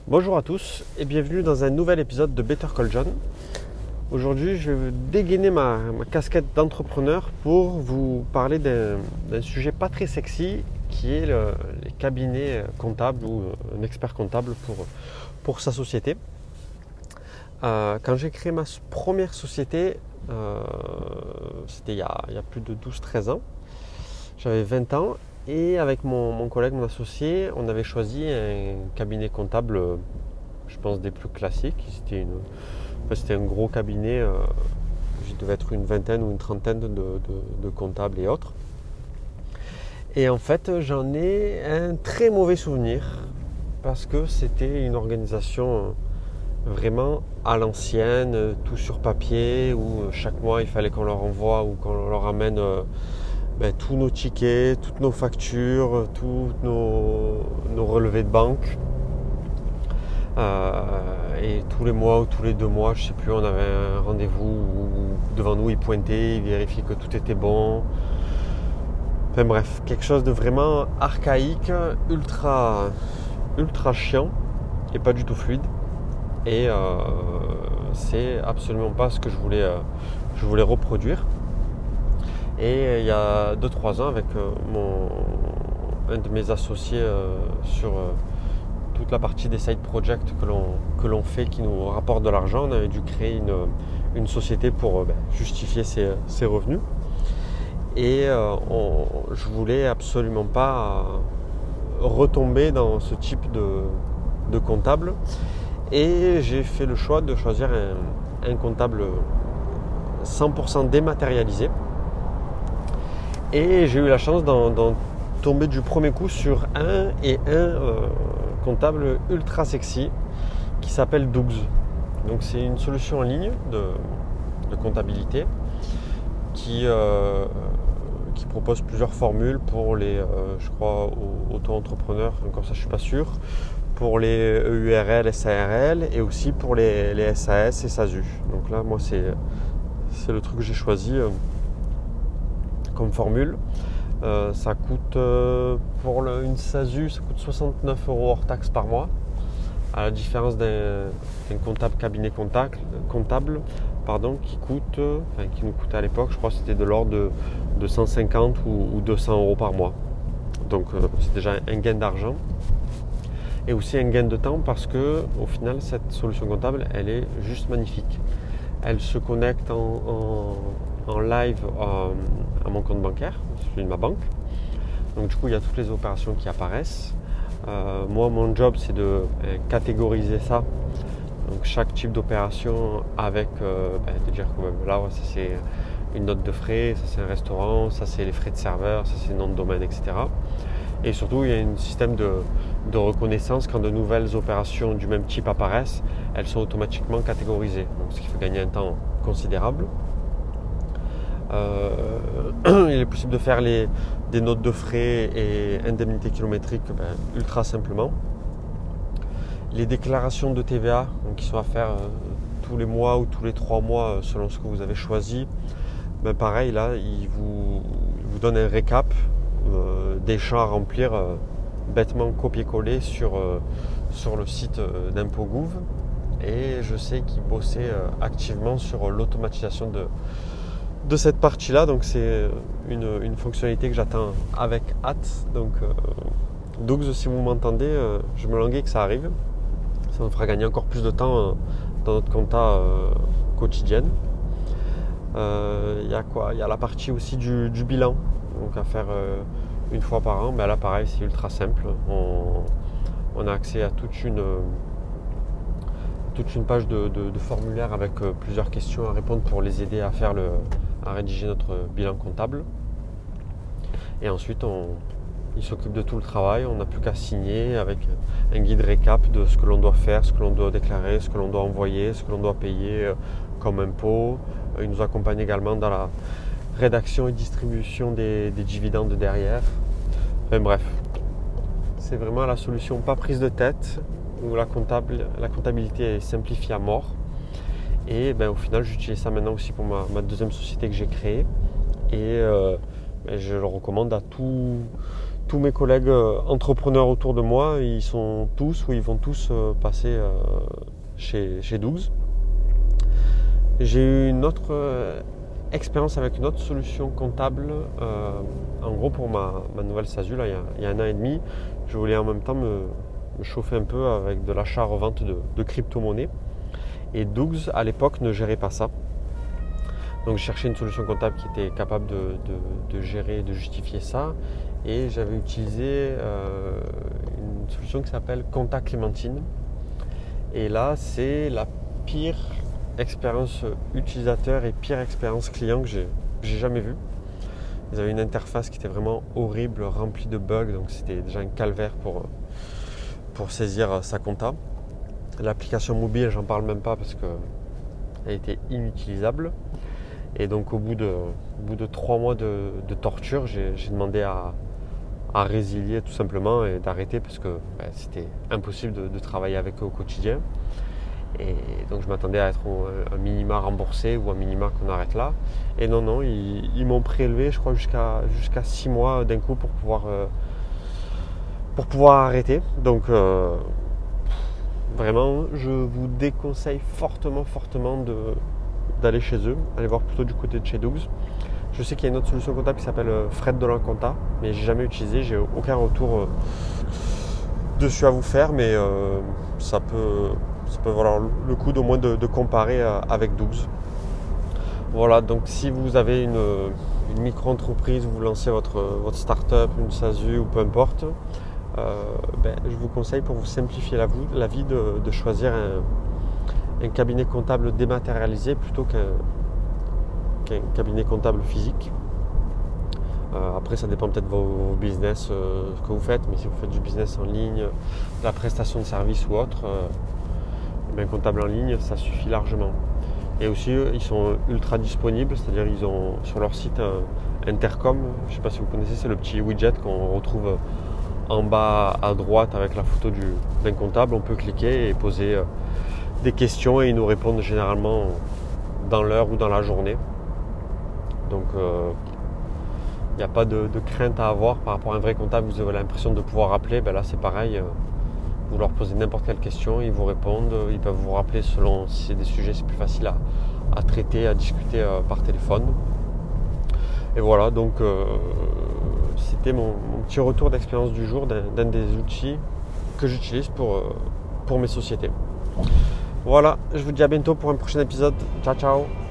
Bonjour à tous et bienvenue dans un nouvel épisode de Better Call John. Aujourd'hui, je vais dégainer ma casquette d'entrepreneur pour vous parler d'un sujet pas très sexy qui est les cabinets comptables ou un expert comptable pour sa société. Quand j'ai créé ma première société, c'était il y a plus de 12-13 ans, j'avais 20 ans. Et avec mon collègue, mon associé, on avait choisi un cabinet comptable, je pense, des plus classiques. C'était un gros cabinet, il devait être une vingtaine ou une trentaine de comptables et autres. Et en fait, j'en ai un très mauvais souvenir parce que c'était une organisation vraiment à l'ancienne, tout sur papier, où chaque mois il fallait qu'on leur envoie ou qu'on leur amène tous nos tickets, toutes nos factures, tous nos relevés de banque. Et tous les mois ou tous les 2 mois, je ne sais plus, on avait un rendez-vous où devant nous ils pointaient, ils vérifiaient que tout était bon. Enfin bref, quelque chose de vraiment archaïque, ultra chiant et pas du tout fluide. Et c'est absolument pas ce que je voulais reproduire. Et il y a 2-3 ans, avec un de mes associés sur toute la partie des side projects que l'on fait qui nous rapporte de l'argent, on avait dû créer une société pour justifier ses revenus. Et je voulais absolument pas retomber dans ce type de comptable. Et j'ai fait le choix de choisir un comptable 100% dématérialisé. Et j'ai eu la chance d'en tomber du premier coup sur un comptable ultra sexy qui s'appelle Dougs. Donc c'est une solution en ligne de comptabilité qui propose plusieurs formules pour les, je crois, auto-entrepreneurs, encore ça je suis pas sûr, pour les EURL, SARL et aussi pour les SAS et SASU. Donc là, moi c'est le truc que j'ai choisi comme formule. Ça coûte pour une SASU, ça coûte 69 € hors taxe par mois, à la différence d'un cabinet comptable qui nous coûtait à l'époque, je crois que c'était de l'ordre de 150 ou 200 € par mois. Donc c'est déjà un gain d'argent et aussi un gain de temps parce que au final cette solution comptable elle est juste magnifique. Elle se connecte en live à mon compte bancaire, celui de ma banque. Donc du coup, il y a toutes les opérations qui apparaissent. Moi, mon job, c'est de catégoriser ça. Donc chaque type d'opération avec, de dire que là, ça c'est une note de frais, ça c'est un restaurant, ça c'est les frais de serveur, ça c'est le nom de domaine, etc. Et surtout, il y a un système de reconnaissance quand de nouvelles opérations du même type apparaissent, elles sont automatiquement catégorisées. Donc, ce qui fait gagner un temps considérable. Il est possible de faire des notes de frais et indemnités kilométriques ultra simplement. Les déclarations de TVA qui sont à faire tous les mois ou tous les 3 mois selon ce que vous avez choisi, pareil là, il vous donne un récap des champs à remplir bêtement copier-coller sur le site d'ImpôtsGouv. Et je sais qu'ils bossaient activement sur l'automatisation de cette partie-là, donc c'est une fonctionnalité que j'attends avec hâte. Donc si vous m'entendez, je me languis que ça arrive. Ça nous fera gagner encore plus de temps dans notre compta quotidienne. Il y a quoi ? Il y a la partie aussi du bilan, donc à faire une fois par an. Là pareil, c'est ultra simple. On a accès à toute une page de formulaire avec plusieurs questions à répondre pour les aider à rédiger notre bilan comptable. Et ensuite, il s'occupe de tout le travail. On n'a plus qu'à signer avec un guide récap de ce que l'on doit faire, ce que l'on doit déclarer, ce que l'on doit envoyer, ce que l'on doit payer comme impôt. Il nous accompagne également dans la rédaction et distribution des dividendes derrière. Enfin bref, c'est vraiment la solution pas prise de tête, où la comptabilité est simplifiée à mort. Et au final, j'utilise ça maintenant aussi pour ma deuxième société que j'ai créée. Et je le recommande à tous tous mes collègues entrepreneurs autour de moi, ils sont tous ou ils vont tous passer chez Dougs. J'ai eu une autre expérience avec une autre solution comptable. En gros, pour ma nouvelle SASU, là, il y a 1 an et demi, je voulais en même temps me chauffer un peu avec de l'achat-revente de crypto-monnaies. Et Dougs, à l'époque, ne gérait pas ça. Donc, je cherchais une solution comptable qui était capable de gérer, de justifier ça. Et j'avais utilisé une solution qui s'appelle Compta Clémentine. Et là, c'est la pire expérience utilisateur et pire expérience client que j'ai jamais vue. Ils avaient une interface qui était vraiment horrible, remplie de bugs, donc c'était déjà un calvaire pour saisir sa compta. L'application mobile, j'en parle même pas parce qu'elle était inutilisable. Et donc au bout de 3 mois de torture, j'ai demandé à résilier tout simplement et d'arrêter parce que c'était impossible de travailler avec eux au quotidien. Et donc je m'attendais à être un minima remboursé ou un minima qu'on arrête là. Et non, ils m'ont prélevé, je crois, jusqu'à 6 mois d'un coup pour pouvoir arrêter. Donc vraiment, je vous déconseille fortement d'aller chez eux. Allez voir plutôt du côté de chez Dougs. Je sais qu'il y a une autre solution comptable qui s'appelle Fred de la Compta, mais j'ai jamais utilisé, j'ai aucun retour dessus à vous faire, mais ça peut valoir le coup d'au moins de comparer avec Dougs. Voilà, donc si vous avez une micro-entreprise, vous lancez votre start-up, une SASU ou peu importe, je vous conseille pour vous simplifier la vie de choisir un cabinet comptable dématérialisé plutôt qu'un cabinet comptable physique. Après, ça dépend peut-être de vos business que vous faites, mais si vous faites du business en ligne, de la prestation de service ou autre, un comptable en ligne, ça suffit largement. Et aussi, ils sont ultra disponibles, c'est-à-dire ils ont sur leur site Intercom, je ne sais pas si vous connaissez, c'est le petit widget qu'on retrouve en bas à droite avec la photo d'un comptable. On peut cliquer et poser des questions et ils nous répondent généralement dans l'heure ou dans la journée. Donc il n'y a pas de crainte à avoir par rapport à un vrai comptable. Vous avez l'impression de pouvoir appeler, là c'est pareil. Vous leur posez n'importe quelle question, ils vous répondent, ils peuvent vous rappeler selon si c'est des sujets, c'est plus facile à traiter, à discuter par téléphone. Et voilà, donc c'était mon petit retour d'expérience du jour d'un des outils que j'utilise pour mes sociétés. Voilà, je vous dis à bientôt pour un prochain épisode. Ciao ciao.